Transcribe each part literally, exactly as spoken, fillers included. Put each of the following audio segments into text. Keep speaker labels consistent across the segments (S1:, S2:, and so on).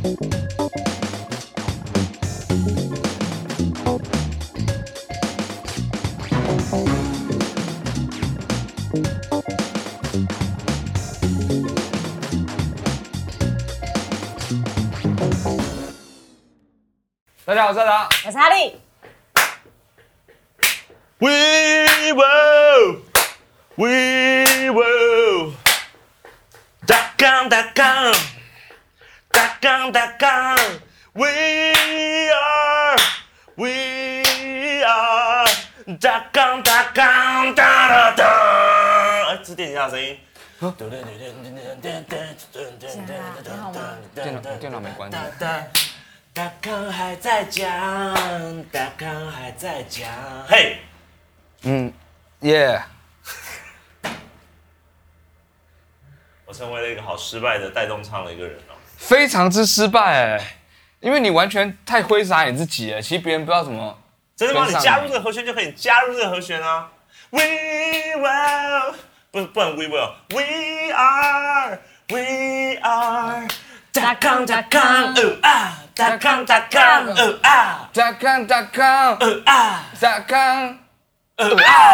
S1: 大家好，我是阿达，
S2: 我是哈利。
S3: We will, we will， 打杠打杠，打杠打杠 ，We are, we are， 打杠打杠，哒哒哒。哎，这电吉他声音。
S2: 你好吗？
S1: 电脑电脑没关机。
S3: 大康还在讲，大康还在讲，嘿，
S1: 嗯，耶、yeah 。
S3: 我成为了一个好失败的带动唱的一个人哦，
S1: 非常之失败哎，因为你完全太挥洒你自己了，其实别人不知道怎么。
S3: 真的吗？你加入这个和弦就可以加入这个和弦啊。We will， 不不能 We will，We are，We are， 大康大康，哦啊。大康大康，呃啊，
S1: 大康大康，
S3: 呃啊，
S1: 大康，
S3: 呃啊。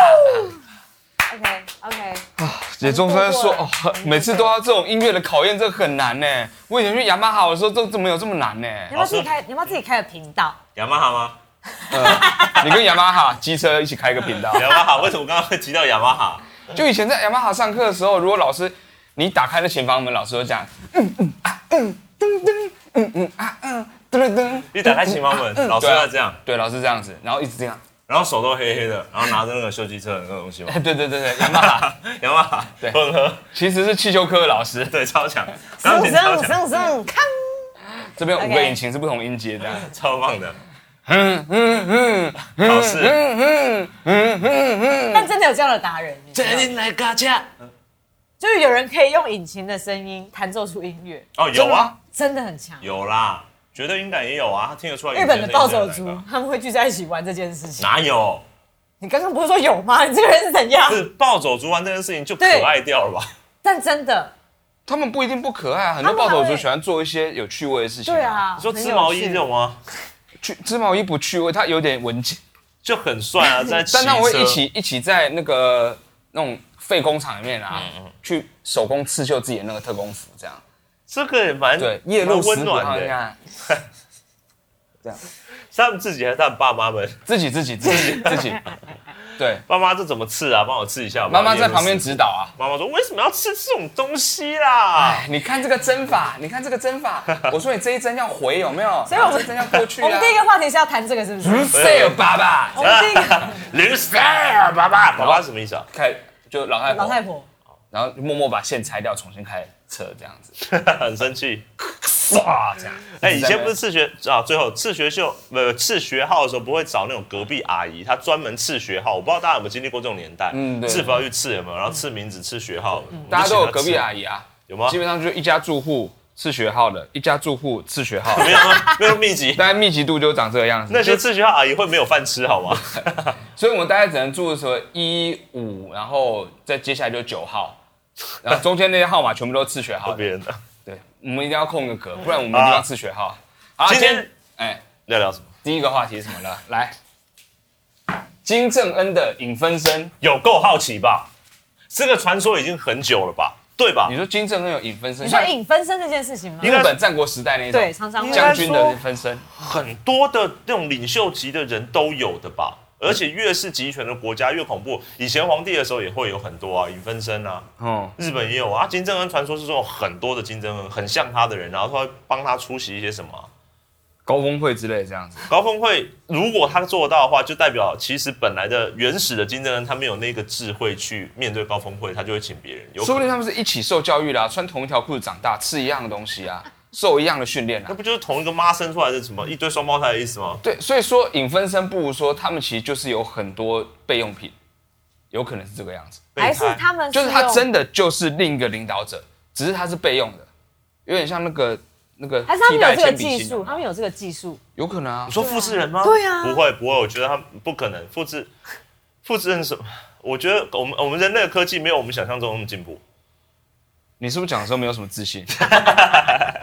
S2: OK OK。
S1: 啊，姐钟生说哦，每次都要这种音乐的考验，这个很难呢。我以前去雅马哈的时候，这怎么有这么难呢？
S2: 你要不要自己开？你要不要自己开个频道？
S3: 雅马哈吗？
S1: 呃，你跟雅马哈机车一起开个频道。
S3: 雅马哈，为什么刚刚会提到雅马哈？
S1: 就以前在雅马哈上课的时候，如果老师你打开那前房门，老师会讲嗯嗯啊嗯噔噔嗯嗯啊嗯。噔噔，
S3: 你打开琴房门，老师要这样，
S1: 对，老师这样子，然后一直这样，
S3: 然后手都黑黑的，然后拿着那个修机车的那个东西嘛。
S1: 对对对对，雅马哈，
S3: 雅马哈，
S1: 对，
S3: 混合，
S1: 其实是汽修科的老师，
S3: 对，超强，
S2: 声声声声，看，
S1: 这边五个引擎是不同音阶的，
S3: 超棒的。
S1: 嗯嗯嗯，
S3: 考试，
S1: 嗯嗯嗯嗯
S2: 但真的有这样的达人，
S3: 再进来嘎嚓，
S2: 就是有人可以用引擎的声音弹奏出音乐。
S3: 哦，有啊，
S2: 真的很强，
S3: 有啦。绝对音感也有啊，他听得出来。
S2: 日本的暴走族他们会聚在一起玩这件事情。
S3: 哪有？
S2: 你刚刚不是说有吗？你这个人是怎样？
S3: 不是暴走族玩这件事情就可爱掉了吧？
S2: 但真的，
S1: 他们不一定不可爱，很多暴走族喜欢做一些有趣味的事情。
S2: 对啊，
S3: 你说织毛衣这种吗？
S1: 去织毛衣不趣味，它有点文静，
S3: 就很帅啊，在骑车。
S1: 但他们会一起一起在那个那种废工厂里面啊，
S3: 嗯嗯
S1: 去手工刺绣自己的那个特工服，这样。
S3: 这个也蛮
S1: 对，夜露
S3: 温暖的，
S1: 这样，
S3: 是他们自己还是他们爸妈们？
S1: 自己自己自己自己，对，
S3: 爸妈这怎么刺啊？帮我刺一下。
S1: 妈妈在旁边指导啊。
S3: 妈妈说：“为什么要吃这种东西啦？”
S1: 哎，你看这个针法，你看这个针法。我说你这一针要回有没有？
S2: 所以我们
S1: 这一针要过去啊。
S2: 我们第一个话题是要谈这个，是不是？
S1: 卢塞尔爸爸，
S2: 我们第一个
S3: 卢塞尔爸爸，爸爸什么意思啊？
S1: 开就老太婆，
S2: 老太婆，
S1: 然后默默把线拆掉，重新开车这样子，
S3: 很生气。
S1: 唰这样。
S3: 哎，以前不是刺学啊，最后刺学秀呃刺学号的时候，不会找那种隔壁阿姨，她专门刺学号。我不知道大家有没有经历过这种年代，嗯，对，制服要去刺有没有？然后刺名字、刺学号，
S1: 大家都有隔壁阿姨啊，
S3: 有吗？
S1: 基本上就是一家住户刺学号的，一家住户刺学号，
S3: 没有吗？没有密集，
S1: 大概密集度就长这个样子。
S3: 那些刺学号阿姨会没有饭吃好吗？
S1: 所以我们大概只能住的时候一五，然后再接下来就九号，然后中间那些号码全部都刺学号，
S3: 别人的。
S1: 对，我们一定要空个格，不然我们一定要刺学号。好，
S3: 今天
S1: 哎，
S3: 聊聊什么？
S1: 第一个话题是什么呢？来，金正恩的影分身
S3: 有够好奇吧？这个传说已经很久了吧？对吧？
S1: 你说金正恩有影分身？
S2: 你说影分身这件事情吗？
S1: 日本战国时代那种，
S2: 对，常常会
S1: 将军的分身，
S3: 很多的那种领袖级的人都有的吧？而且越是集权的国家越恐怖。以前皇帝的时候也会有很多啊，影分身啊，嗯，日本也有啊。金正恩传说是说有很多的金正恩很像他的人，然后他会帮他出席一些什么、啊、
S1: 高峰会之类这样子。
S3: 高峰会如果他做得到的话，就代表其实本来的原始的金正恩他没有那个智慧去面对高峰会，他就会请别人。
S1: 说不定他们是一起受教育的、啊，穿同一条裤子长大，吃一样的东西啊。受一样的训练啊，
S3: 那不就是同一个妈生出来的什么一堆双胞胎的意思吗？
S1: 对，所以说影分身不如说他们其实就是有很多备用品，有可能是这个样子，
S2: 还是他们
S1: 就是他真的就是另一个领导者，只是他是备用的，有点像那个那个
S2: 还是他们有这个
S1: 替代铅笔芯
S2: 技术，他们有这个技术，
S1: 有可能啊。
S3: 你说复制人吗？
S2: 对啊，
S3: 不会不会，我觉得他不可能复制复制人什么？我觉得我们我们人类的科技没有我们想象中那么进步。
S1: 你是不是讲的时候没有什么自信？我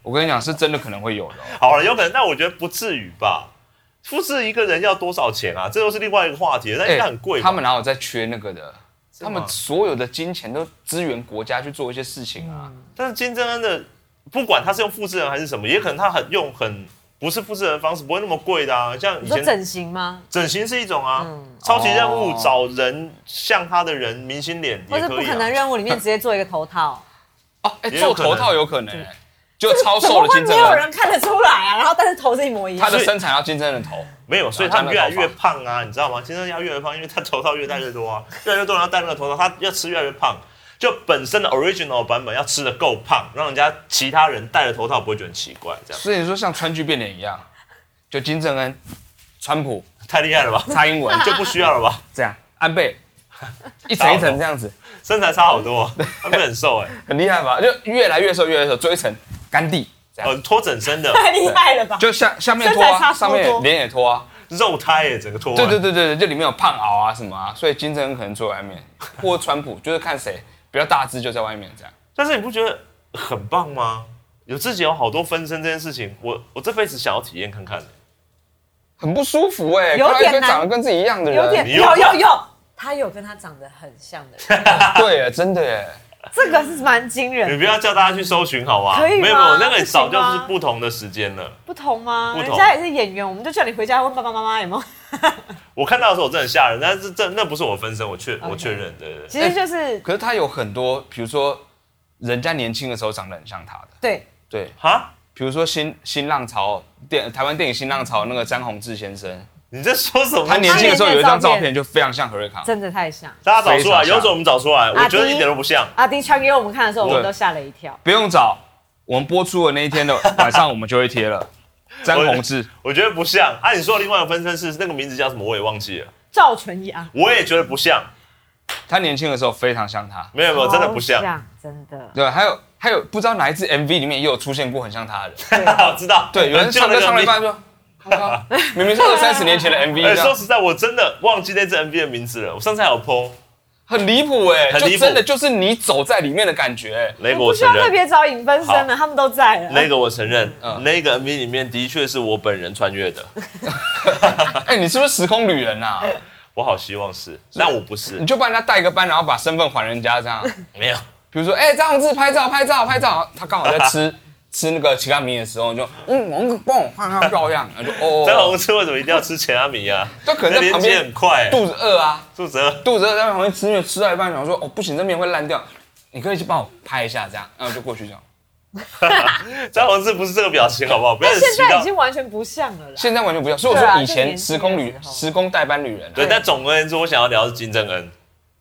S1: 我跟你讲，是真的可能会有的、哦。
S3: 好了，有可能，但我觉得不至于吧。复制一个人要多少钱啊？这又是另外一个话题，那应该很贵吧、
S1: 欸。他们哪有在缺那个的？他们所有的金钱都支援国家去做一些事情啊。嗯、
S3: 但是金正恩的，不管他是用复制人还是什么，也可能他很用很不是复制人的方式，不会那么贵的啊。像以前
S2: 你说整形吗？
S3: 整形是一种啊，嗯、超级任务、哦、找人像他的人，明星脸也可以、啊。
S2: 或是不可能任务里面直接做一个头套。
S1: 哦，哎、欸，做头套有可能、欸。就超瘦的金正恩，
S2: 没有人看得出来啊。然后但是头是一模一样，
S1: 他的身材要金正恩的头，
S3: 没有，所以他越来越胖啊，你知道吗？金正恩要越来越胖，因为他头套越戴越多啊，越来越多人要戴那个头套，他要吃越来越胖。就本身的 original 版本要吃的够胖，让人家其他人戴了头套不会觉得很奇怪，这样。
S1: 所以你说像川剧变脸一样，就金正恩、川普，
S3: 太厉害了吧？
S1: 蔡英文
S3: 就不需要了吧？
S1: 这样，安倍一层一层这样子，
S3: 身材差好多，安倍很瘦哎、欸，
S1: 很厉害吧？就越来越瘦，越来越瘦，追成甘地。
S3: 哦，脱整身的，
S2: 太厉害了吧？
S1: 就下下面脱啊，上面脸也脱啊，
S3: 肉胎也整个脱。
S1: 对对对对对，就里面有胖袄啊什么啊，所以金正恩可能坐在外面，或者川普就是看谁比较大只就在外面这样。
S3: 但是你不觉得很棒吗？有自己有好多分身这件事情，我我这辈子想要体验看看、欸。
S1: 很不舒服哎、欸，
S2: 有点
S1: 跟长得跟自己一样的人，
S2: 有点有有有，他有跟他长得很像的人，
S1: 对哎，真的耶。
S2: 这个是蛮惊人的。
S3: 你不要叫大家去搜寻好吗？
S2: 可以吗？
S3: 没有没有，那个早就是不同的时间了。
S2: 不同吗？
S3: 不同，
S2: 人家也是演员，我们就叫你回家问爸爸妈妈有没有。
S3: 我看到的时候我真的很吓人，但是这那不是我分身，我确、okay. 我确认，对对。
S2: 其实就是、欸，
S1: 可是他有很多，比如说人家年轻的时候长得很像他的，
S2: 对
S1: 对
S3: 哈，
S1: 比如说新新浪潮电台湾电影新浪潮那个詹宏志先生。
S3: 你在说什么？
S1: 他年轻的时候有一张照片就非常像何瑞康，
S2: 真的太像。
S3: 大家找出来，有种我们找出来，我觉得一点都不像。
S2: 阿迪传给我们看的时候，我们都吓了一跳。
S1: 不用找，我们播出的那一天的晚上，我们就会贴了。詹宏志，
S3: 我觉得不像。啊，你说的另外一个分身是那个名字叫什么？我也忘记了。
S2: 赵纯阳，
S3: 我也觉得不像。
S1: 他年轻的时候非常像他，
S3: 没有没有，真的不像，
S2: 像真的。
S1: 对，还有还有，不知道哪一支 M V 里面也有出现过很像他的人。
S3: 我知道，
S1: 对，有人唱歌唱了一半就。明明是二三十年前的 M V，、欸、
S3: 说实在，我真的忘记那支 M V 的名字了。我上次还有 po，
S1: 很离谱哎，
S3: 很离谱，
S1: 就真的就是你走在里面的感觉、欸。
S3: 那个我承认，
S2: 不需要特别找影分身了，他们都在了。
S3: 那个我承认，嗯、那个 M V 里面的确是我本人穿越的。
S1: 哎、欸，你是不是时空旅人啊？
S3: 我好希望是，但我不是。
S1: 你就帮人家带个班，然后把身份还人家这样。
S3: 没有，
S1: 比如说，哎、欸，张宏志拍照拍照拍照，他刚好在吃。吃那个奇阿米的时候，就嗯，我帮我看看漂亮，然后就哦。
S3: 张宏志为什么一定要吃奇阿米啊？
S1: 就可能在旁边
S3: 很快、欸，
S1: 肚子饿啊，
S3: 肚子饿，
S1: 肚子饿在旁边吃面，吃到一半想说哦不行，这面会烂掉，你可以去帮我拍一下这样，然后就过去这样。
S3: 张宏志不是这个表情好不好？不要
S2: 现在已经完全不像了啦。
S1: 现在完全不像，所以我说以前时空旅、时空代班旅人、啊。
S3: 对，但总而言之，我想要聊的是金正恩。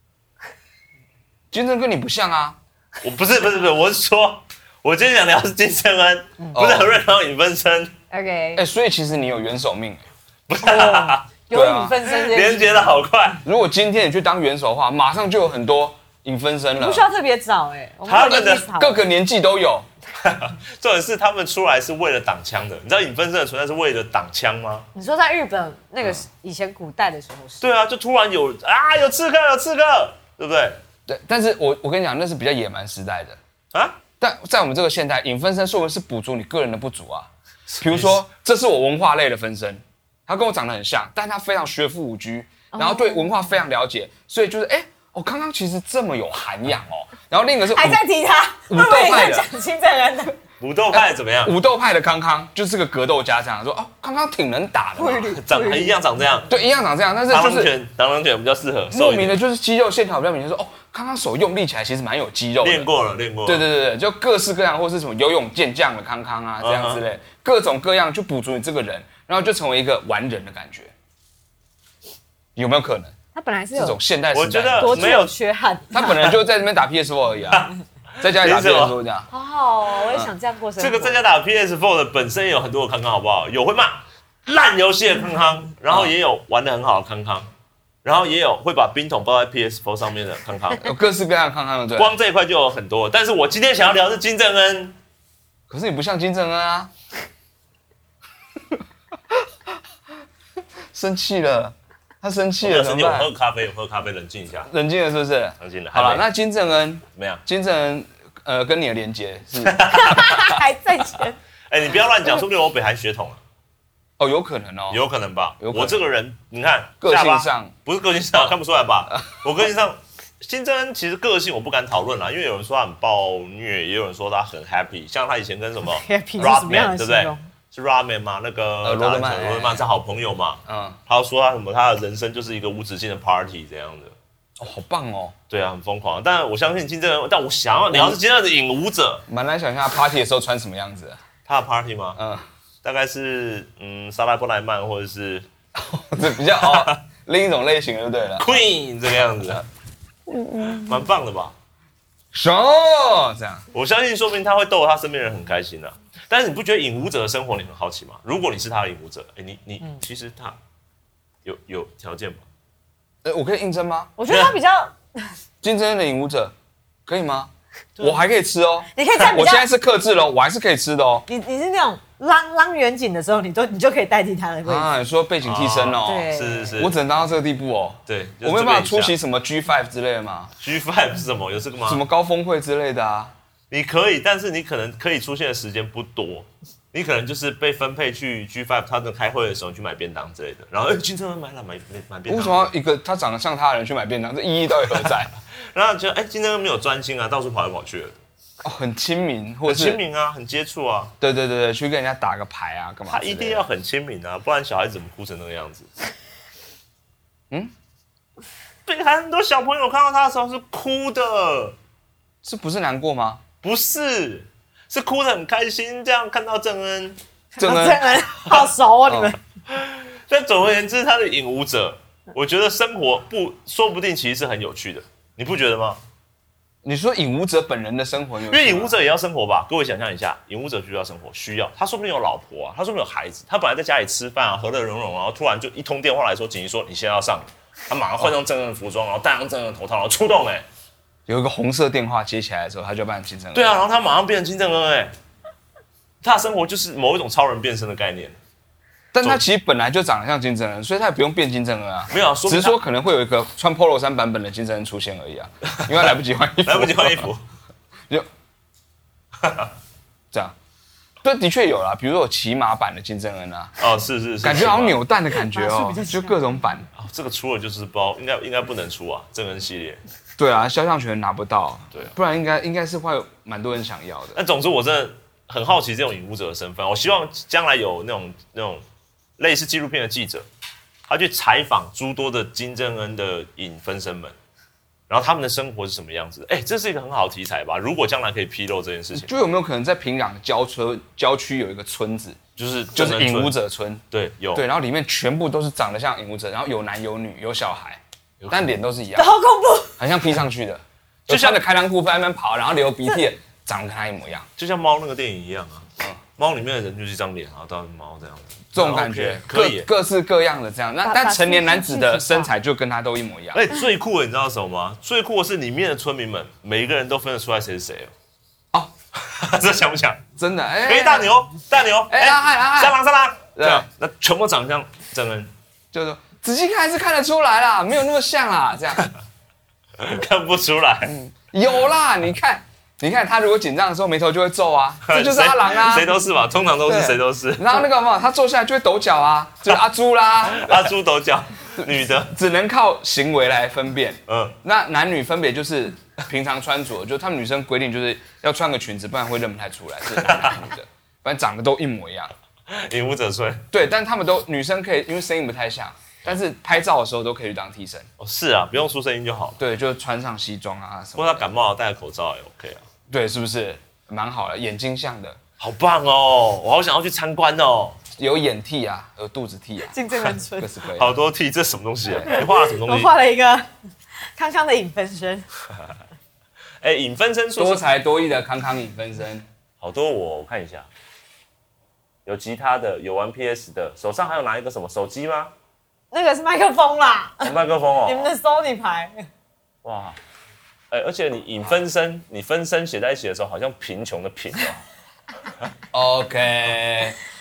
S1: 金正恩跟你不像啊！
S3: 我不是不是不是，我是说。我今天想聊的是金正恩，嗯、不是何瑞康影分身。
S2: OK，
S1: 哎、欸，所以其实你有元首命、欸，
S3: 不是、啊？
S2: 有影分身，
S3: 连接的好快。
S1: 如果今天你去当元首的话，马上就有很多影分身了，
S2: 不需要特别找哎、欸，
S3: 他们的
S1: 各个年纪都有。
S3: 重点是他们出来是为了挡枪的，你知道影分身的存在是为了挡枪吗？
S2: 你说在日本那个以前古代的时候是？
S3: 对啊，就突然有啊有刺客有刺客，对不对？
S1: 对，但是我我跟你讲，那是比较野蛮时代的啊。但在我们这个现代，影分身说的是补足你个人的不足啊。比如说，这是我文化类的分身，他跟我长得很像，但他非常学富五车，然后对文化非常了解，所以就是哎，我康康其实这么有涵养哦。然后另一个是
S2: 还在提他，
S1: 武斗派的
S2: 讲金正恩的。
S3: 武斗派怎么样？
S1: 武斗派的康康就是个格斗家，这样说哦，康康挺能打的嘛，
S3: 长一样长这样，
S1: 对，一样长这样，但是就是
S3: 螳螂拳，螳螂拳比较适合，
S1: 莫名的就是肌肉线条比较明显，说哦，康康手用力起来其实蛮有肌肉的，
S3: 练过了，练过了，
S1: 对对对对，就各式各样，或是什么游泳健将的康康啊这样之类， uh-huh. 各种各样去补足你这个人，然后就成为一个完人的感觉，有没有可能？
S2: 他本来是有
S1: 这种现代时代，
S3: 我觉得
S2: 多具有缺憾，
S1: 他本来就在那边打 P S 四 而已啊。在家里打 P S 四 这样，
S2: 好好哦，我也想这样过生活。
S3: 这个在家打 P S 四 的本身也有很多的康康，好不好？有会骂烂游戏的康康，然后也有玩得很好的康康，然后也有会把冰桶包在 P S 四 上面的康康，
S1: 有各式各样的康康的，对。
S3: 光这一块就有很多。但是我今天想要聊的是金正恩，
S1: 可是你不像金正恩啊，生气了。他生气了，怎么办？
S3: 我喝咖啡，我喝咖啡，冷静一下。
S1: 冷静了是不是？
S3: 冷静了。
S1: 好了，那金正恩
S3: 怎么样？
S1: 金正恩， 呃跟你的连结是
S2: 还在前。
S3: 哎，你不要乱讲，说不定我北韩血统啊。
S1: 哦，有可能哦，
S3: 有可能吧。
S1: 有可能
S3: 我这个人，你看
S1: 个性上
S3: 不是个性上看不出来吧？我个性上，金正恩其实个性我不敢讨论啦，因为有人说他很暴虐，也有人说他很 happy， 像他以前跟什么 Rodman 对不对？是 Rodman 吗？那个
S1: 呃罗德曼，
S3: 罗德曼是好朋友嘛。嗯，他说他什么，他的人生就是一个无止境的 party 这样的。
S1: 哦，好棒哦！
S3: 对啊，很疯狂。但我相信金正恩，但我想要聊是金正恩的引舞者，
S1: 蛮难想象他 party 的时候穿什么样子。
S3: 他的 party 吗？嗯。大概是嗯，莎拉波莱曼或者是
S1: 这比较哦另一种类型就对了
S3: ，Queen 这个样子，蛮棒的吧？
S1: 手这样，
S3: 我相信说明他会逗他身边人很开心的、啊。但是你不觉得引舞者的生活你很好奇吗？如果你是他的引舞者，哎，你你、嗯、其实他有有条件吗？
S1: 呃，我可以应征吗？
S2: 我觉得他比较
S1: 金正恩的引舞者可以吗？我还可以吃哦，
S2: 你可以在
S1: 我现在是克制咯，我还是可以吃的哦。
S2: 你你是那种拉拉远景的时候，你都你就可以代替他的位置
S1: 啊。你说背景替身哦，
S2: 对，
S3: 是是是，
S1: 我只能当到这个地步哦。
S3: 对，
S1: 我没有办法出席什么 G 五 之类的吗
S3: ？G 五 是什么？有这个吗？
S1: 什么高峰会之类的啊？
S3: 你可以，但是你可能可以出现的时间不多。你可能就是被分配去 G 五 他们开会的时候去买便当之类的，然后哎，金正恩买了买买便当。
S1: 为什么要一个他长得像他的人去买便当？这意义到底何在？
S3: 然后觉得哎，金正恩没有专心啊，到处跑来跑去的。
S1: 哦，很亲民，或者是
S3: 很亲民啊，很接触啊。
S1: 对对对对，去跟人家打个牌啊，干嘛？
S3: 他一定要很亲民啊，不然小孩子怎么哭成那个样子？嗯，对，很多小朋友看到他的时候是哭的，
S1: 这不是难过吗？
S3: 不是，是哭得很开心。这样看到正恩，
S1: 正恩，
S2: 正恩好熟哦，你们。
S3: 但总而言之，他的引舞者，我觉得生活不说不定其实是很有趣的，你不觉得吗？
S1: 你说引舞者本人的生活，因
S3: 为引舞者也要生活吧？各位想象一下，引舞者需要生活，需要他说不定有老婆啊，他说不定有孩子，他本来在家里吃饭啊，和乐融融，然后突然就一通电话来说，紧急说你现在要上，他马上换上正恩的服装，然后戴上正恩的头套，然后出动哎、欸，
S1: 有一个红色电话接起来的时候，他就扮金正恩。
S3: 对啊，然后他马上变成金正恩哎、欸，他的生活就是某一种超人变身的概念。
S1: 但他其实本来就长得像金正恩，所以他也不用变金正恩啊。
S3: 没有，
S1: 只是说可能会有一个穿 polo 衫版本的金正恩出现而已啊，因为他来不及换衣服，
S3: 来不及换衣服，
S1: 就这样。对，的确有啦，比如说有骑马版的金正恩啊，
S3: 哦，是是是，
S1: 感觉好像扭蛋的感觉哦，就各种版。
S3: 哦，这个出了就是不知道，应该应该不能出啊，正恩系列。
S1: 对啊，肖像权拿不到，
S3: 对、啊，
S1: 不然应该应该是会有蛮多人想要的。
S3: 但总之，我真的很好奇这种引舞者的身份，我希望将来有那种那种。类似纪录片的记者，他去采访诸多的金正恩的影分身们，然后他们的生活是什么样子？哎，这是一个很好的题材吧？如果将来可以披露这件事情，
S1: 就有没有可能在平壤郊村郊区有一个村子，
S3: 就是
S1: 就是引舞者村？
S3: 对，有
S1: 对，然后里面全部都是长得像引舞者，然后有男有女有小孩，但脸都是一样，
S2: 好恐怖，
S1: 很像 P 上去的，就穿着开裆裤在那边跑，然后流鼻涕，长得跟他一模一样，
S3: 就像猫那个电影一样啊。嗯，猫里面的人就是一张脸，然后当猫这样子。
S1: 这种感觉、
S3: okay, 可以
S1: 各，各式各样的这样。那但成年男子的身材就跟他都一模一样。
S3: 哎，最酷的你知道什么吗？最酷的是里面的村民们，每一个人都分得出来谁是谁哦。哦，这想不想？
S1: 真的，哎、
S3: 欸，大牛，大牛，
S1: 哎、欸，阿汉，阿汉，
S3: 三郎，三郎，这样，那全部长得像正恩，
S1: 就是说仔细看还是看得出来啦，没有那么像啦，这样。
S3: 看不出来、
S1: 嗯，有啦，你看。你看他如果紧张的时候眉头就会皱啊，这就是阿郎啊，
S3: 谁都是吧，通常都是谁都是。
S1: 然后那个嘛，他坐下来就会抖脚啊，就是阿朱啦，
S3: 阿朱抖脚，女的
S1: 只能靠行为来分辨。嗯，那男女分别就是平常穿着，就他们女生规定就是要穿个裙子，不然会认不太出来是男的女的，反正长得都一模一样。
S3: 引舞者村。
S1: 对，但他们都女生可以，因为声音不太像。但是拍照的时候都可以去当替身
S3: 哦，是啊，不用出声音就好。
S1: 对，就穿上西装啊什么。
S3: 不过他感冒了戴个口罩也 OK 啊。
S1: 对，是不是蛮好的？眼睛像的，
S3: 好棒哦！我好想要去参观哦。
S1: 有眼替啊，有肚子替啊，
S2: 金正恩村，
S1: 各式各样。
S3: 好多替，这什么东西？你画了什么东西？
S2: 我画了一个康康的影分身。
S3: 哎，影分身
S1: 多才多艺的康康影分身，
S3: 好多我看一下，有吉他的，有玩 P S 的，手上还有拿一个什么手机吗？
S2: 那个是麦克风啦，
S3: 麦克风哦，
S2: 你们的 Sony 牌。
S3: 哇，哎，而且你影分身，你分身写在一起的时候，好像贫穷的贫哦。
S1: OK，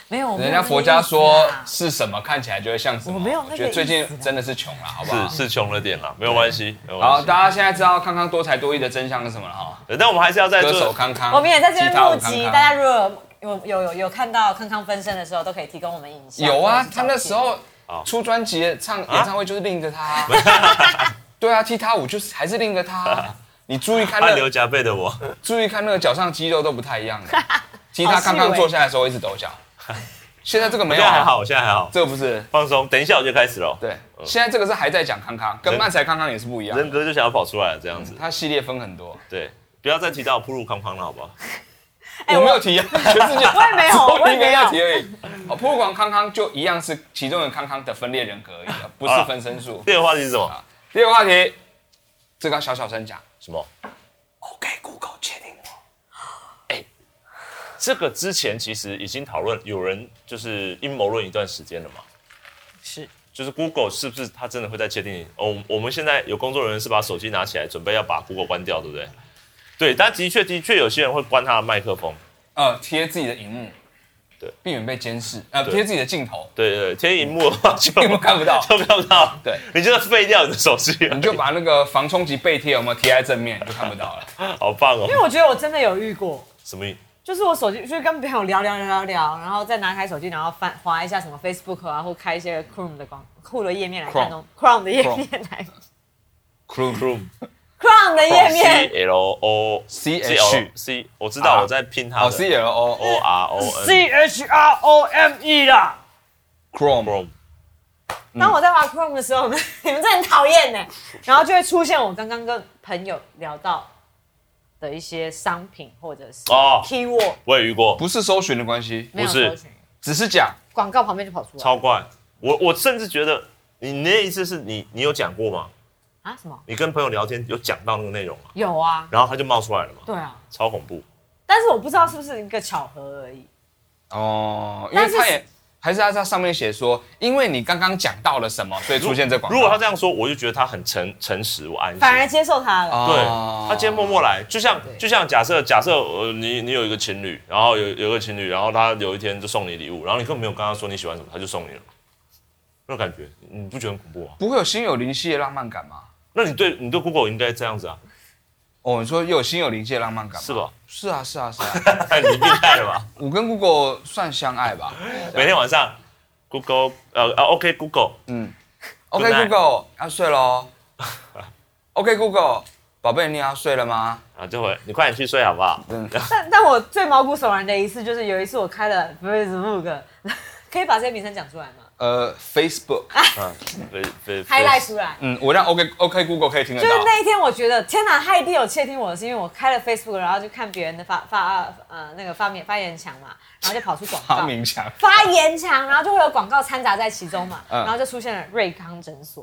S2: 没有，
S1: 人家佛家说是什么看起来就会像什么。
S2: 我没有那个意思。
S1: 我觉得最近真的是穷了，好不好？
S3: 是是穷了点啦，没有关系。
S1: 好，大家现在知道康康多才多艺的真相是什么了哈？
S3: 但我们还是要在
S1: 歌手康康，
S2: 我们也在这边募集，大家如果有有有有看到康康分身的时候，都可以提供我们影像。
S1: 有啊，他那时候出专辑唱演唱会就是拎着他。对啊，踢踏舞就是还是拎着他。你注意看那
S3: 汗流浃背的我，
S1: 注意看那个脚上肌肉都不太一样的。其实他刚刚坐下来的时候一直抖脚，现在这个没有、啊，
S3: 现在还好，现在还好，
S1: 这个不是
S3: 放松。等一下我就开始了。
S1: 对，嗯、现在这个是还在讲康康，跟漫才康康也是不一样。
S3: 人格就想要跑出来了，这样子。
S1: 嗯、他系列分很多。
S3: 对，不要再提到铺路康康了，好不好？
S1: 欸、我没有提啊，全世界
S2: 我也没有，我也没有
S1: 提而已。哦，铺路康康就一样是其中的康康的分裂人格而已，不是分身术。
S3: 第二个话题是什么？
S1: 啊、第二个话题，这个小小声讲
S3: 什么
S1: ？OK Google 确定我。
S3: 哎、欸，这个之前其实已经讨论，有人就是阴谋论一段时间了嘛。
S2: 是。
S3: 就是 Google 是不是他真的会在窃听你？哦，我们现在有工作人员是把手机拿起来，准备要把 Google 关掉，对不对？对，但的确的确有些人会关他的麦克风，
S1: 呃，贴自己的荧幕，
S3: 对，
S1: 避免被监视，呃，贴自己的镜头，
S3: 对对，贴荧幕的话就
S1: 荧幕看不到，
S3: 就看不到，
S1: 对，
S3: 你就废掉你的手机，
S1: 你就把那个防冲击背贴有没有贴在正面，就看不到了，
S3: 好棒哦！
S2: 因为我觉得我真的有遇过，
S3: 什么意思？
S2: 就是我手机就是跟朋友聊聊聊聊聊，然后再拿开手机，然后翻滑一下什么 Facebook 啊，或开一些 Chrome 的广 Chrome 的页面来看， Chrome 的页面来
S3: ，Chrome Chrome。
S2: Chrome 的页面
S3: ，C L O
S1: C H
S3: C， 我知道我在拼它的。
S1: 哦 ，C L O
S3: O R O N
S2: C H R O M E 啦
S1: ，Chrome。
S2: 当我在玩 Chrome 的时候，你们真的很讨厌呢，然后就会出现我刚刚跟朋友聊到的一些商品或者是 keyword，
S3: 我也遇过，
S1: 不是搜寻的关系，
S2: 不是，
S1: 只是讲
S2: 广告旁边就跑出来，
S3: 超怪。我我甚至觉得你那一次是你你有讲过吗？
S2: 啊什么？
S3: 你跟朋友聊天有讲到那个内容吗？
S2: 有啊，
S3: 然后他就冒出来了嘛。
S2: 对啊，
S3: 超恐怖。
S2: 但是我不知道是不是一个巧合而已。
S1: 哦，因为他也还是他在上面写说，因为你刚刚讲到了什么，所以出现这广告。
S3: 如果他这样说，我就觉得他很诚诚实，我安心。
S2: 反而接受他了。
S3: 对，他今天默默来，就像就像假设假设呃你你有一个情侣，然后有有一个情侣，然后他有一天就送你礼物，然后你根本没有跟他说你喜欢什么，他就送你了，那种感觉你不觉得很恐怖吗？
S1: 不会有心有灵犀的浪漫感吗？
S3: 那你对你对 Google 应该这样子啊？
S1: 哦，你说又有心有灵犀的浪漫感吗？
S3: 是吧？
S1: 是啊，是啊，是啊。
S3: 你病态了吧？
S1: 我跟 Google 算相爱吧。
S3: 每天晚上 Google 呃呃 OK Google
S1: 嗯 OK Google 要睡喽。OK Google 宝贝你要睡了吗？
S3: 啊就会你快点去睡好不好？
S2: 嗯。但但我最毛骨悚然的一次就是有一次我开了 Facebook， 可以把这些名称讲出来吗？
S1: 呃 ，Facebook，
S3: 啊
S2: ，highlight 出来。
S1: 嗯，我让 OK OK Google 可以听得到。
S2: 就是那一天，我觉得天哪，他一定有窃听我的，是因为我开了 Facebook， 然后就看别人的发发呃那个发言发言墙嘛，然后就跑出广告。
S1: 发明墙。
S2: 发言墙，然后就会有广告掺杂在其中嘛，嗯、然后就出现了瑞康诊所。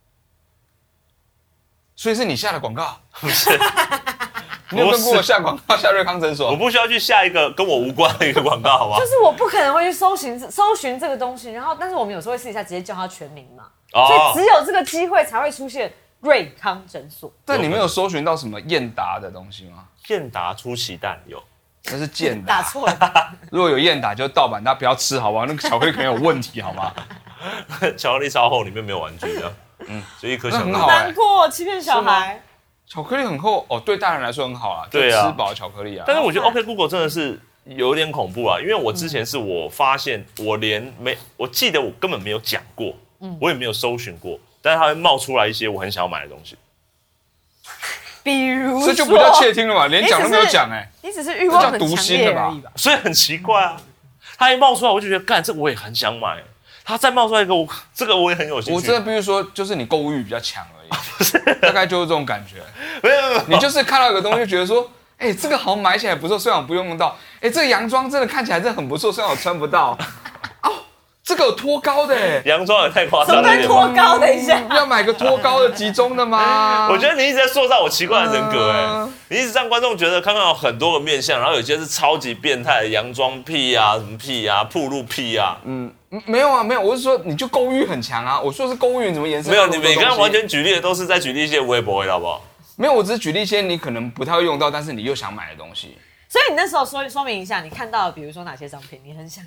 S1: 所以是你下的广告？不是。你有跟过我下广告下瑞康诊所？
S3: 我不需要去下一个跟我无关的一个广告，好不好？
S2: 就是我不可能会去搜寻搜寻这个东西，然后但是我们有时候会私底下直接叫他全名嘛，哦、所以只有这个机会才会出现瑞康诊所。
S1: 但你没有搜寻到什么燕达的东西吗？
S3: 燕达出奇蛋有，
S1: 那是健达。
S2: 打错了。
S1: 如果有燕达就是盗版，大家不要吃好不好？那个巧克力可能有问题好吗？
S3: 巧克力超厚，里面没有玩具的，嗯，所以一颗巧克力
S1: 很好、
S2: 欸，难过欺骗小孩。
S1: 巧克力很厚哦，对大人来说很好啊，
S3: 对啊，
S1: 吃饱巧克力啊。
S3: 但是我觉得 OK Google 真的是有点恐怖啊，因为我之前是我发现我连没，我记得我根本没有讲过，嗯，我也没有搜寻过，但是它会冒出来一些我很想要买的东西。
S2: 比如说，
S1: 这就不叫窃听了嘛，连讲都没有讲哎，
S2: 你只是欲望很强烈而已吧？
S3: 所以很奇怪啊，它一冒出来我就觉得，干这我也很想买。它再冒出来一个，我这个我也很有兴趣。
S1: 我真的必须说，就是你购物欲比较强而已，大概就是这种感觉。
S3: 没有没有，
S1: 你就是看到一个东西，就觉得说，哎、欸，这个好像买起来不错，虽然我不用到。哎、欸，这个洋装真的看起来真的很不错，虽然我穿不到。哦，这个有托高的哎，
S3: 洋装也太夸张了。
S2: 什么托高？等一下，
S1: 要买个托高的集中的吗？
S3: 我觉得你一直在塑造我奇怪的人格哎、呃，你一直让观众觉得看到有很多个面相，然后有些是超级变态的洋装癖啊，什么癖啊，暴露癖啊，
S1: 嗯。没有啊，没有，我是说你就购物欲很强啊。我说的是购物欲怎么延伸？
S3: 没有，你你刚刚完全举例的都是在举例一些微博，好不好？
S1: 没有，我只是举例一些你可能不太会用到，但是你又想买的东西。
S2: 所以你那时候说说明一下，你看到比如说哪些商品你很想要？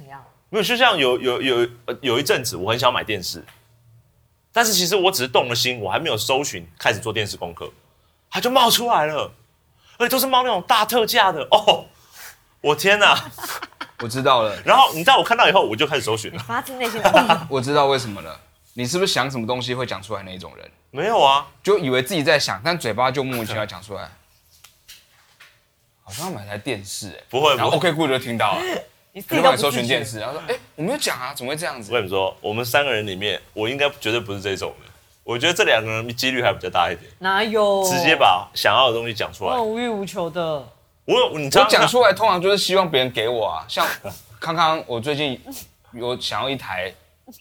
S3: 没有，就像有有有有一阵子我很想买电视，但是其实我只是动了心，我还没有搜寻开始做电视功课，它就冒出来了，而且都是冒那种大特价的哦，我天哪！
S1: 我知道了。
S3: 然后你知道我看到以后，我就开始搜寻了。
S2: 发自内心的，
S1: 我知道为什么了。你是不是想什么东西会讲出来那一种人？
S3: 没有啊，
S1: 就以为自己在想，但嘴巴就莫名其妙讲出来。好像要买台电视哎、欸，
S3: 不会，
S1: 然后 OK Good 就听到了，
S2: 你自己都
S1: 搜寻电视，然后说，哎、欸，我没有讲啊，怎么会这样子？
S3: 我跟你说，我们三个人里面，我应该绝对不是这种的。我觉得这两个人几率还比较大一点。
S2: 哪有？
S3: 直接把想要的东西讲出来，
S2: 我无欲无求的。
S3: 我你
S1: 我讲出来，通常就是希望别人给我啊。像康康，我最近有想要一台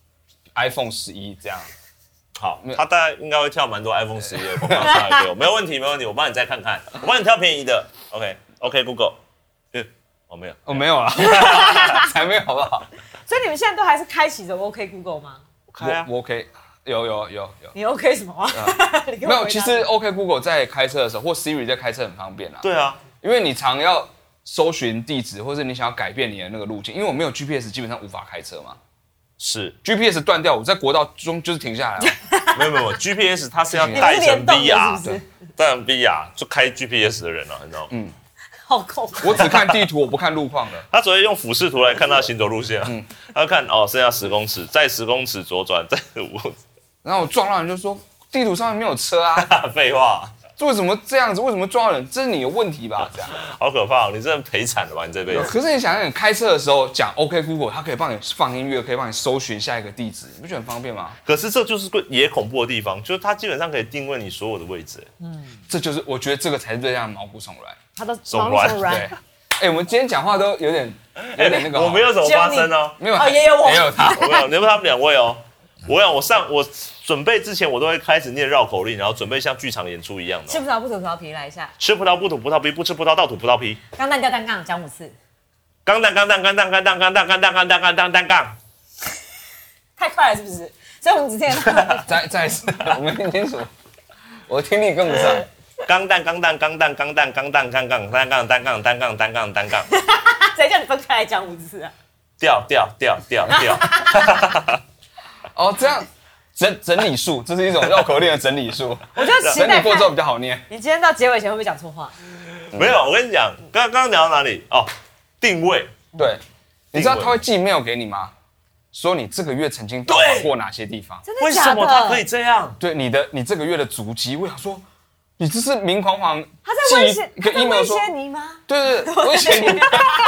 S1: iPhone 十一这样。
S3: 好，他大概应该会跳蛮多 iPhone 十一的广告出来给我，没有问题，没问题，我帮你再看看，我帮你挑便宜的。OK OK Google， 嗯，哦没有，
S1: 哦没有啊，才没有好不好？
S2: 所以你们现在都还是开启着 OK Google 吗？
S3: 开啊，
S1: 我 OK， 有有有有。
S2: 你 OK 什么啊？
S1: 没有，其实 OK Google 在开车的时候，或 Siri 在开车很方便啊。
S3: 对啊，
S1: 因为你常要搜寻地址，或者你想要改变你的那个路径，因为我没有 G P S， 基本上无法开车嘛。
S3: 是
S1: G P S 断掉，我在国道中就是停下来了。
S3: 没有没有 ，G P S 它是要带成 V R，
S2: 对，
S3: 带成 V R 就开 G P S 的人了，你知道吗？嗯，
S2: 好恐怖。
S1: 我只看地图，我不看路况的。
S3: 他只会用俯视图来看他行走路线，嗯，他看哦，剩下十公尺，再十公尺左转，再五。
S1: 然后我撞到人就说，地图上面没有车啊。
S3: 废话。
S1: 为什么这样子？为什么撞到人？这是你有问题吧？这样
S3: 好可怕哦！你真的赔惨了吧？你这辈子。
S1: 可是你想想，你开车的时候讲 OK Google， 它可以帮你放音乐，可以帮你搜寻下一个地址，你不觉得很方便吗？
S3: 可是这就是也恐怖的地方，就是它基本上可以定位你所有的位置。嗯，
S1: 这就是我觉得这个才是最让人毛骨悚然。
S2: 它的
S3: 悚然，
S2: 对。
S1: 哎、欸，我们今天讲话都有点有点那个、
S3: 欸，我没有怎么发声哦，
S1: 没有
S2: 哦，也有我，
S1: 没有他，
S3: 我没有，你们他们两位哦。我想我上我准备之前，我都会开始念绕口令，然后准备像剧场演出一样的、哦。
S2: 吃葡萄不吐葡萄皮，来一下。
S3: 吃葡萄不吐葡萄皮，不吃葡萄倒吐葡萄皮。
S2: 钢蛋吊单杠，讲五次。
S3: 钢蛋钢蛋钢蛋钢蛋钢蛋钢蛋钢蛋钢蛋蛋杠。
S2: 太快了是不是？所以我们只听得
S1: 再再一次，我没听清楚，我听力跟不上。
S3: 钢蛋钢蛋钢蛋钢蛋钢蛋钢杠单杠单杠单杠单杠单杠。
S2: 谁叫你分开来讲五次啊？
S3: 调调调调调。
S1: 哦，这样整整理术，这是一种绕口令的整理术。
S2: 我就期待
S1: 整理过之后比较好念。
S2: 你今天到结尾前会不会讲错话？
S3: 没有，我跟你讲，刚刚刚聊到哪里？哦，定位。
S1: 对，你知道他会寄 mail 给你吗？说你这个月曾经到访过哪些地方？
S2: 真的假的？
S3: 为什么他可以这样？
S1: 对，你的你这个月的足迹，我想说，你这是明晃晃
S2: 他在威胁，
S1: 一个 email 说，
S2: 威胁你吗？
S1: 对对对，威胁你。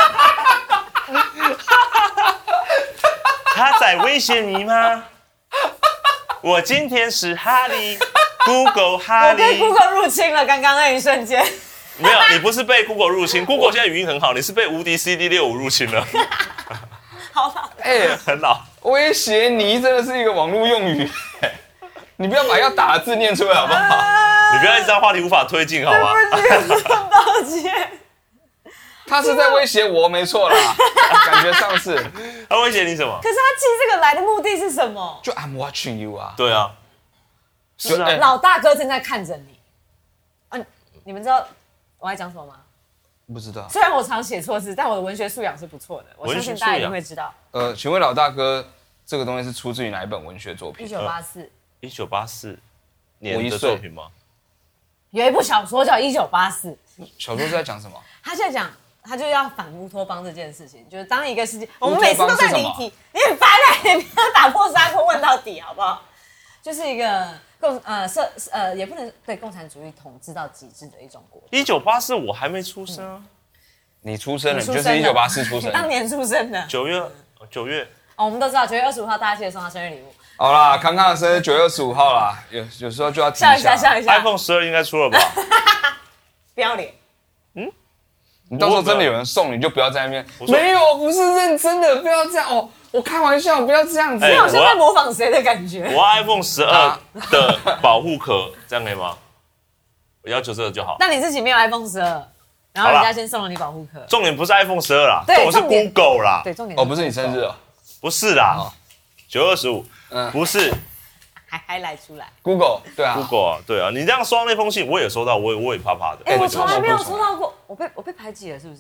S3: 他在威胁你吗？我今天是哈利 ，Google 哈利。
S2: 我被 Google 入侵了，刚刚那一瞬间。
S3: 没有，你不是被 Google 入侵 ，Google 现在语音很好，你是被无敌 C D 六五入侵了。
S2: 好老，
S1: 哎、欸，
S3: 很老。
S1: 威胁你真的是一个网络用语，你不要把要打的字念出来好不好？
S3: 你不要一直让话题无法推进好吗？
S2: 对不起，抱歉。
S1: 他是在威胁我，没错啦，感觉上是。
S3: 他威胁你什么？
S2: 可是他寄这个来的目的是什么？
S1: 就 I'm watching you 啊。
S3: 对啊，
S2: 是啊，老大哥正在看着你。啊，你们知道我在讲什么吗？
S1: 不知道。
S2: 虽然我常写错字，但我的文学素养是不错的，我相信大家一定会知道。
S1: 呃，请问老大哥，这个东西是出自于哪一本文学作品？
S2: 一九八四。
S3: 一九八四年的作品吗？
S2: 有一部小说叫《一九八四》。
S1: 小说是在讲什么？
S2: 他在讲。他就要反乌托邦这件事情，就是当一个世界，我们每次都在离题，你很烦哎，你不要打破砂锅问到底好不好？就是一个共呃社呃也不能对共产主义统治到极致的一种国家。
S3: 一九八四我还没出生啊，
S1: 你出生了，你就是一九八四出生，
S2: 当年出生的，
S3: 九月九月
S2: 哦，我们都知道九月二十五号大家记得送他生日礼物。
S1: 好啦，康康的生日九月二十五号啦，有有时候就要
S2: 笑一下笑一下
S3: ，iPhone 十二应该出了吧？
S2: 不要脸。
S1: 嗯。你到时候真的有人送你，就不要在那边。没有，不是认真的，不要这样哦。我开玩笑，不要这样子。
S2: 你好像在模仿谁的感觉？
S3: 我 iPhone 十二的保护壳，这样可以吗？我要求这个就好。
S2: 那你自己没有 iPhone 十二，然后人家先送了你保护壳。
S3: 重点不是 iPhone 十二啦，
S2: 重
S3: 点是 Google 啦。
S2: 对，重点
S1: 哦，不是你生日哦，
S3: 不是啦，九月二十五，嗯，不是。
S2: 还还来出来
S1: ，Google 对啊
S3: ，Google 啊，对啊，你这样收到那封信，我也收到，我也我也怕怕的。
S2: 哎、欸，我从来没有收到过，我被我被排挤了，是不是？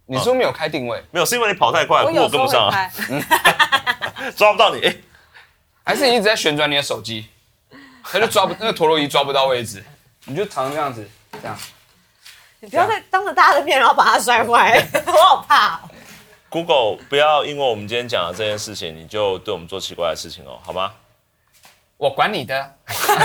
S1: 你是不是没有开定位？
S3: 没有，是因为你跑太快，我跟不上啊，抓不到你。哎，
S1: 还是你一直在旋转你的手机，他就抓不那个陀螺仪抓不到位置，你就常这样子，这样。
S2: 你不要再当着大家的面，然后把它摔坏，我好怕、哦。
S3: Google 不要因为我们今天讲的这件事情，你就对我们做奇怪的事情哦，好吗？
S1: 我管你的。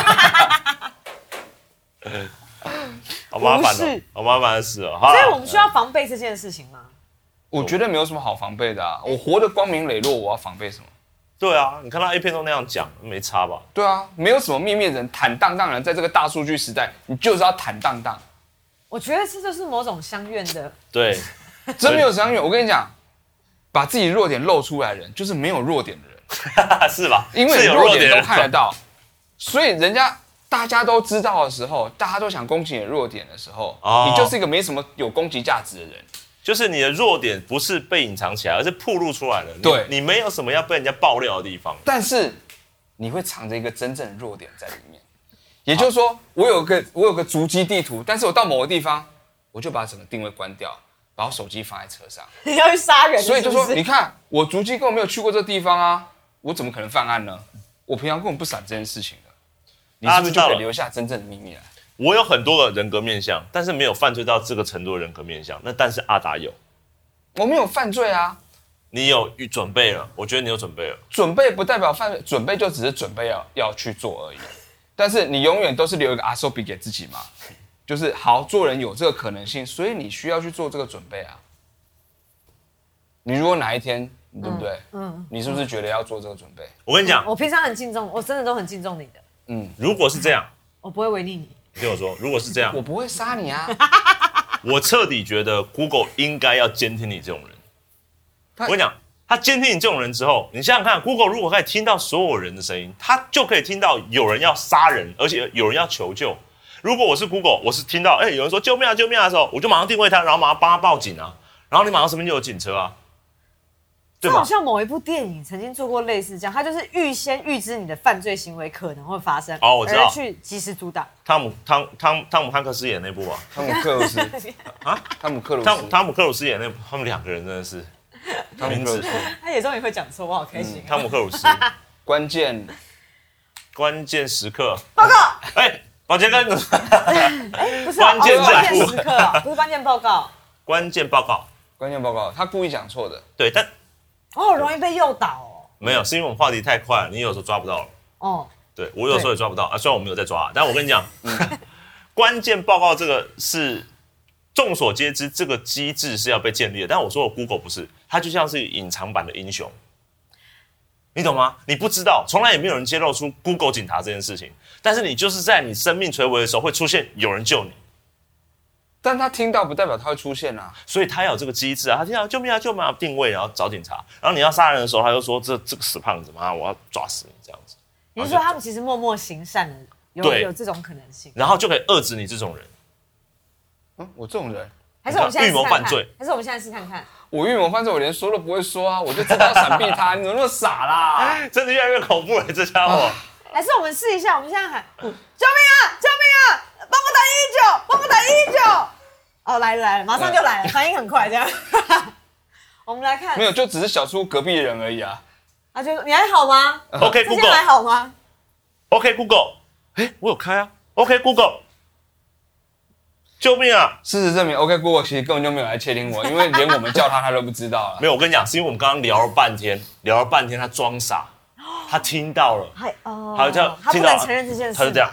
S3: 好麻烦哦，好麻烦的事哦。
S2: 所以我们需要防备这件事情吗？
S1: 我觉得没有什么好防备的啊，我活得光明磊落，我要防备什么？
S3: 对啊，你看到 A 片都那样讲，没差吧？
S1: 对啊，没有什么面面人，坦荡荡人，在这个大数据时代，你就是要坦荡荡。
S2: 我觉得这就是某种相怨的。
S3: 对，
S1: 真没有相怨。我跟你讲，把自己弱点露出来的人，就是没有弱点的人，
S3: 是吧？
S1: 因为弱点都看得到，所以人家大家都知道的时候，大家都想攻击你的弱点的时候，哦、你就是一个没什么有攻击价值的人。
S3: 就是你的弱点不是被隐藏起来，而是暴露出来了。
S1: 对，
S3: 你没有什么要被人家爆料的地方，
S1: 但是你会藏着一个真正的弱点在里面。也就是说，我有个我有个足迹地图，但是我到某个地方，我就把整个定位关掉，把我手机放在车上。
S2: 你要去杀人，
S1: 所以就说，你看我足迹根本没有去过这个地方啊，我怎么可能犯案呢？我平常根本不闪这件事情的，你是不是就可以留下真正的秘密来？
S3: 我有很多个人格面向，但是没有犯罪到这个程度的人格面向。那但是阿达有，
S1: 我没有犯罪啊。
S3: 你有准备了，我觉得你有准备了。
S1: 准备不代表犯罪，准备就只是准备要要去做而已。但是你永远都是留一个阿寿比给自己嘛，就是好做人有这个可能性，所以你需要去做这个准备啊。你如果哪一天，对不对？嗯，嗯你是不是觉得要做这个准备？
S3: 我跟你讲、
S2: 嗯，我平常很敬重，我真的都很敬重你的。
S3: 嗯，如果是这样，
S2: 我不会违逆你。
S3: 你听我说，如果是这样，
S1: 我不会杀你啊。
S3: 我彻底觉得 Google 应该要监听你这种人。我跟你讲，他监听你这种人之后，你想想看 ，Google 如果可以听到所有人的声音，他就可以听到有人要杀人，而且有人要求救。如果我是 Google， 我是听到哎、欸、有人说救命啊救命啊的时候，我就马上定位他，然后马上帮他报警啊，然后你马上身边就有警车啊。
S2: 这好像某一部电影曾经做过类似这样，他就是预先预知你的犯罪行为可能会发生，
S3: 哦，我知道，
S2: 而去及时阻挡。
S3: 汤姆汤汤汤姆汉克斯演那部啊，
S1: 汤姆克鲁斯啊，汤姆克鲁斯，
S3: 汤汤姆克鲁斯演那部，他们两个人真的是，
S1: 汤姆克鲁斯，
S2: 他也终于会讲错，我好开心、啊嗯。
S3: 汤姆克鲁斯，
S1: 关键
S3: 关键时刻，
S2: 报告，
S3: 哎、欸，宝杰哥，
S2: 哎，不是、
S3: 啊、关键
S2: 关键时刻、啊，不是关键报告，
S3: 关键报告，
S1: 关键报告，他故意讲错的，
S3: 对，但。
S2: 哦，容易被诱导哦。
S3: 没有，是因为我们话题太快了，你有时候抓不到了。哦，对我有时候也抓不到啊，虽然我没有在抓，但我跟你讲，嗯、关键报告这个是众所皆知，这个机制是要被建立的。但我说我 Google 不是，它就像是隐藏版的英雄，你懂吗？你不知道，从来也没有人揭露出 Google 警察这件事情，但是你就是在你生命垂危的时候会出现有人救你。
S1: 但他听到不代表他会出现啊，
S3: 所以他有这个机制啊，他听到救命啊救命啊定位，然后找警察，然后你要杀人的时候，他就说这这个死胖子嘛，我要抓死你这样子。
S2: 你是说他们其实默默行善的，有有这种可能性，
S3: 然后就可以遏制你这种人。
S1: 嗯，我这种人，
S2: 还是我们现在
S3: 预谋犯罪，
S2: 还是我们现在试看看。
S1: 我预谋犯罪，我连说都不会说啊，我就知道闪避他，你怎么那么傻啦？
S3: 真的越来越恐怖了，这家伙。
S2: 还是我们试一下，我们现在喊救命啊救命啊，帮我打一一九，帮我打一一九。哦，来了来了，马上就来了，反应很快，这样。我们来看，
S1: 没有，就只是小叔隔壁的人而已啊。
S2: 啊，就你还好吗
S3: ？OK Google
S2: 还好吗
S3: ？OK Google， 哎、欸，我有开啊。OK Google， 救命啊！
S1: 事实证明 ，OK Google 其实根本就没有来窃听我，因为连我们叫他他都不知道了。
S3: 没有，我跟你讲，是因为我们刚刚聊了半天，聊了半天，他装傻，他听到了，
S2: 还哦，
S3: 他就
S2: 他不能承认这件事，
S3: 他就这样。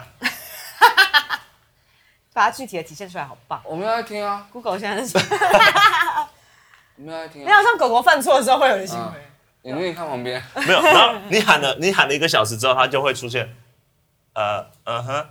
S2: 把它具体的体现出来，好棒！
S1: 我们要来听啊
S2: ，Google 现在是，
S1: 我们要来听、啊。
S2: 没有像狗狗犯错的时候会有人行为。
S1: 你那你看旁边
S3: 没有，然后你喊了，你喊了一个小时之后，它就会出现，呃，嗯哼。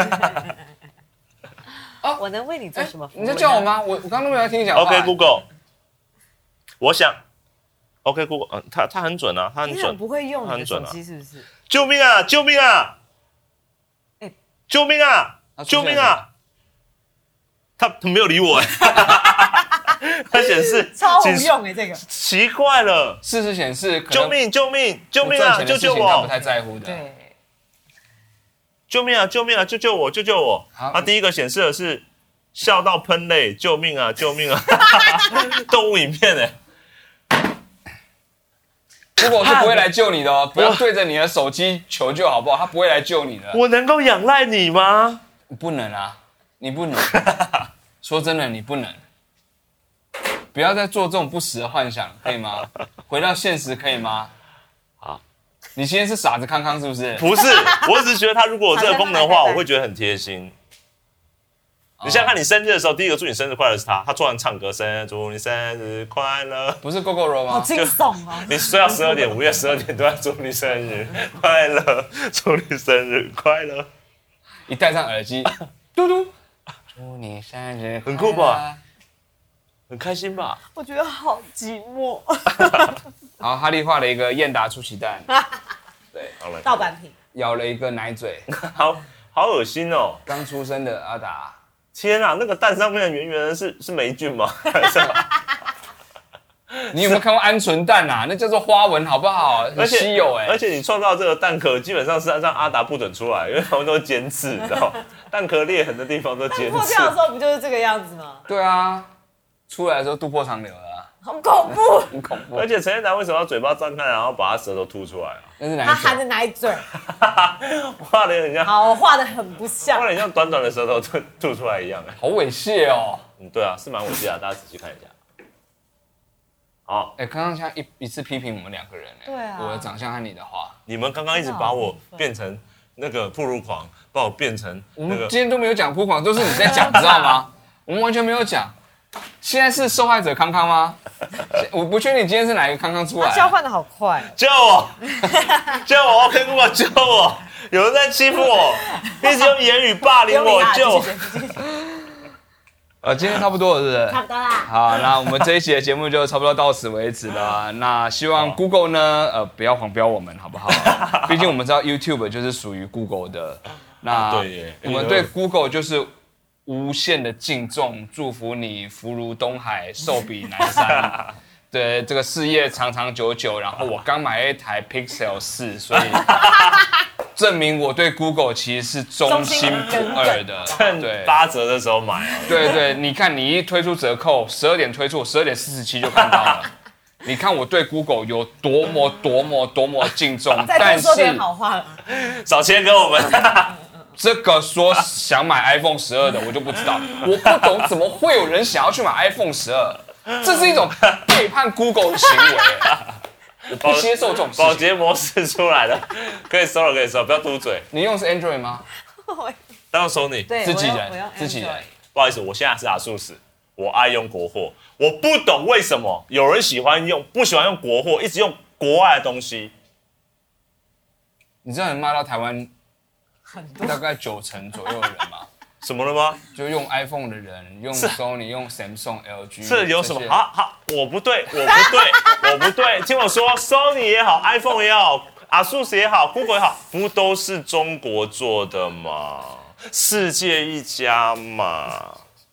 S2: 哦，我能为你做什么服务？
S1: 你在叫我吗？我我刚刚都没有在听你讲话。
S3: OK Google， 我想 ，OK Google， 嗯，它它很准啊，它很准。
S2: 你很不会用你的手机是不是？
S3: 救命啊！救命啊！
S2: 哎，
S3: 救命啊！救命啊！他他没有理我哎，他显示
S2: 超无用哎，这个
S3: 奇怪了。
S1: 事实显示，
S3: 救命救命救命啊！救救我！
S1: 他不太在乎的。
S2: 对，
S3: 救命啊！救命啊！救救我！救救我！他第一个显示的是笑到喷泪，救命啊，救命啊！动物影片哎、欸。
S1: Google 是不会来救你的哦，不要对着你的手机求救好不好？他不会来救你的。
S3: 我能够仰赖你吗？
S1: 不能啊，你不能。说真的，你不能。不要再做这种不实的幻想，可以吗？回到现实，可以吗？
S3: 好，
S1: 你今天是傻子康康是不是？
S3: 不是，我只是觉得他如果有这个功能的话，我会觉得很贴心。你想想看，你生日的时候，第一个祝你生日快乐是他，他突然唱歌，生祝你生日快乐，
S1: 不是 GoGoRo 吗？
S2: 好惊悚哦！
S3: 你睡到十二点，午夜十二点都在祝你生日快乐，祝你生日快乐。
S1: 一戴上耳机，嘟嘟，祝你生日快乐，
S3: 很酷吧？很开心吧？
S2: 我觉得好寂寞。
S1: 然后哈利画了一个燕达出奇蛋，对，
S2: 盗版品，
S1: 咬了一个奶嘴，
S3: 好好恶心哦！
S1: 刚出生的阿达。
S3: 天啊，那个蛋上面的圆圆的是是霉菌吗？
S1: 你有没有看过鹌鹑蛋啊？那叫做花纹，好不好？很稀有哎、欸。
S3: 而且你创造这个蛋壳，基本上是让阿达不准出来，因为他们都尖刺，你知道吗？蛋壳裂痕的地方都尖刺。
S2: 破掉的时候不就是这个样子吗？
S1: 对啊，出来的时候肚破肠流了、啊，
S2: 好恐怖，
S1: 很恐怖。
S3: 而且陈建达为什么要嘴巴张开，然后把他舌头吐出来啊？
S1: 那是哪一
S2: 他含着奶嘴，
S3: 画的很像，
S2: 好，我画的很不像，
S3: 画的很像短短的舌头吐吐出来一样。
S1: 好猥亵哦。
S3: 嗯，对啊，是蛮猥亵的，大家仔细看一下。好，
S1: 哎、欸，刚刚像一一次批评我们两个人、欸，
S2: 对啊，
S1: 我的长相和你的话，
S3: 你们刚刚一直把我变成那个暴露狂，把我变成、那个、
S1: 我们今天都没有讲哭狂，都是你在讲，你知道吗？我们完全没有讲。现在是受害者康康吗？我不确定今天是哪一个康康出来、啊。
S2: 交换的好快，
S3: 救我！救我 ！OK Google 救我！有人在欺负我，一直用言语霸凌我，救我！
S1: 呃，今天差不多了，是不是？
S2: 差不多啦。
S1: 好，那我们这一期的节目就差不多到此为止了。那希望 Google 呢，呃，不要黄标我们，好不好？毕竟我们知道 YouTube 就是属于 Google 的。那
S3: 对耶，
S1: 我们对 Google 就是无限的敬重，祝福你福如东海，寿比南山。对，这个事业长长久久。然后我刚买了一台 Pixel 四，所以证明我对 Google 其实是忠心不二的。
S3: 趁八折的时候买、啊。
S1: 对对，你看你一推出折扣，十二点推出，十二点四十七就看到了。你看我对 Google 有多么多么多么敬重，
S2: 但是说点好话了，
S3: 少钱给我们。
S1: 这个说想买 iPhone 十二的，我就不知道，我不懂怎么会有人想要去买 iPhone 十二，这是一种背叛 Google 的行为，我不接受这种事情。
S3: 保洁模式出来了，可以收了，可以收，不要嘟嘴。
S1: 你用的是 Android 吗？
S3: 当然收你，
S2: 对，
S1: 自己人，自己人。
S3: 不好意思，我现在是阿素斯，我爱用国货，我不懂为什么有人喜欢用，不喜欢用国货，一直用国外的东西。
S1: 你知道你骂到台湾大概九成左右的人吗？
S3: 什么了吗？
S1: 就用 iPhone 的人，用 Sony， 用 Samsung、L G，
S3: 这有什么？好好，我不对，我不对，我不对。听我说 ，Sony 也好 ，iPhone 也好 ，ASUS 也好 ，Google 也好，不都是中国做的吗？世界一家嘛。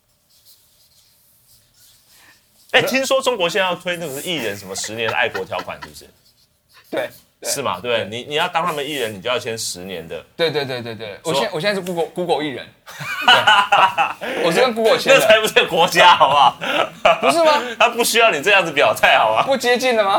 S3: 哎、欸，听说中国现在要推那个艺人什么十年的爱国条款，是不是？
S1: 对。
S3: 是嘛？对，你你要当他们艺人，你就要签十年的。
S1: 对对对对对，我现我现在是 Google Google 艺人，我是跟 Google 签的。
S3: 那才不是个国家，好不好？
S1: 不是吗？
S3: 他不需要你这样子表态，好吗？
S1: 不接近了吗？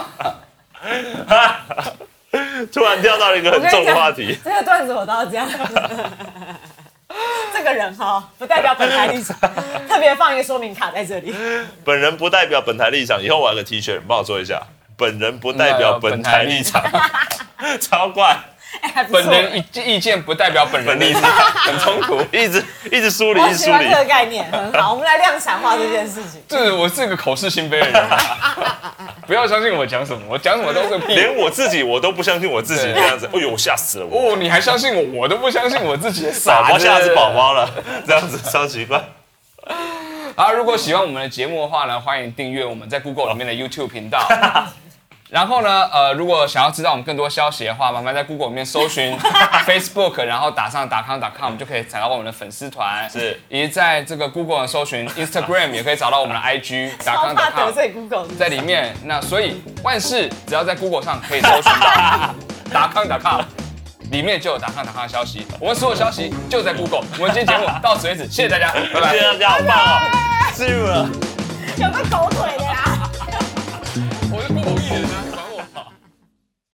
S3: 突然跳到了一个很重的话题。
S2: 这个段子我都要这样。这个人哈，不代表本台立场，特别放一个说明卡在这里。
S3: 本人不代表本台立场，以后我有个 T 恤，你帮我做一下。本人不代表本台立场，超怪。
S2: 欸、
S1: 本人意意见不代表本人立场，很冲突，
S3: 一直一直梳理，一直梳理。
S2: 我喜欢这个概念，很好。我们来量产化这件事情。
S1: 这我是个口是心非的人、啊，不要相信我讲什么，我讲什么都是屁。
S3: 连我自己我都不相信我自己这样子，哎呦，吓死了我！
S1: 哦，你还相信我，我都不相信我自己，傻
S3: 宝宝现在是宝宝了，这样子超奇怪。
S1: 好，如果喜欢我们的节目的话呢，欢迎订阅我们在 Google 里面的 YouTube 频道。然后呢，呃，如果想要知道我们更多消息的话，麻烦在 Google 里面搜寻 Facebook， 然后打上达康 .com 就可以找到我们的粉丝团。
S3: 是，
S1: 以及在这个 Google 搜寻 Instagram 也可以找到我们的 I G 达康 .com， 在里面。那所以万事只要在 Google 上可以搜寻到达康 .com。 里面就有达康达康的消息。我们所有消息就在 Google。我们今天节目到此为止，谢谢大家，拜拜。
S3: 谢谢大家，好棒哦，进入了。
S2: 有个狗腿的啦。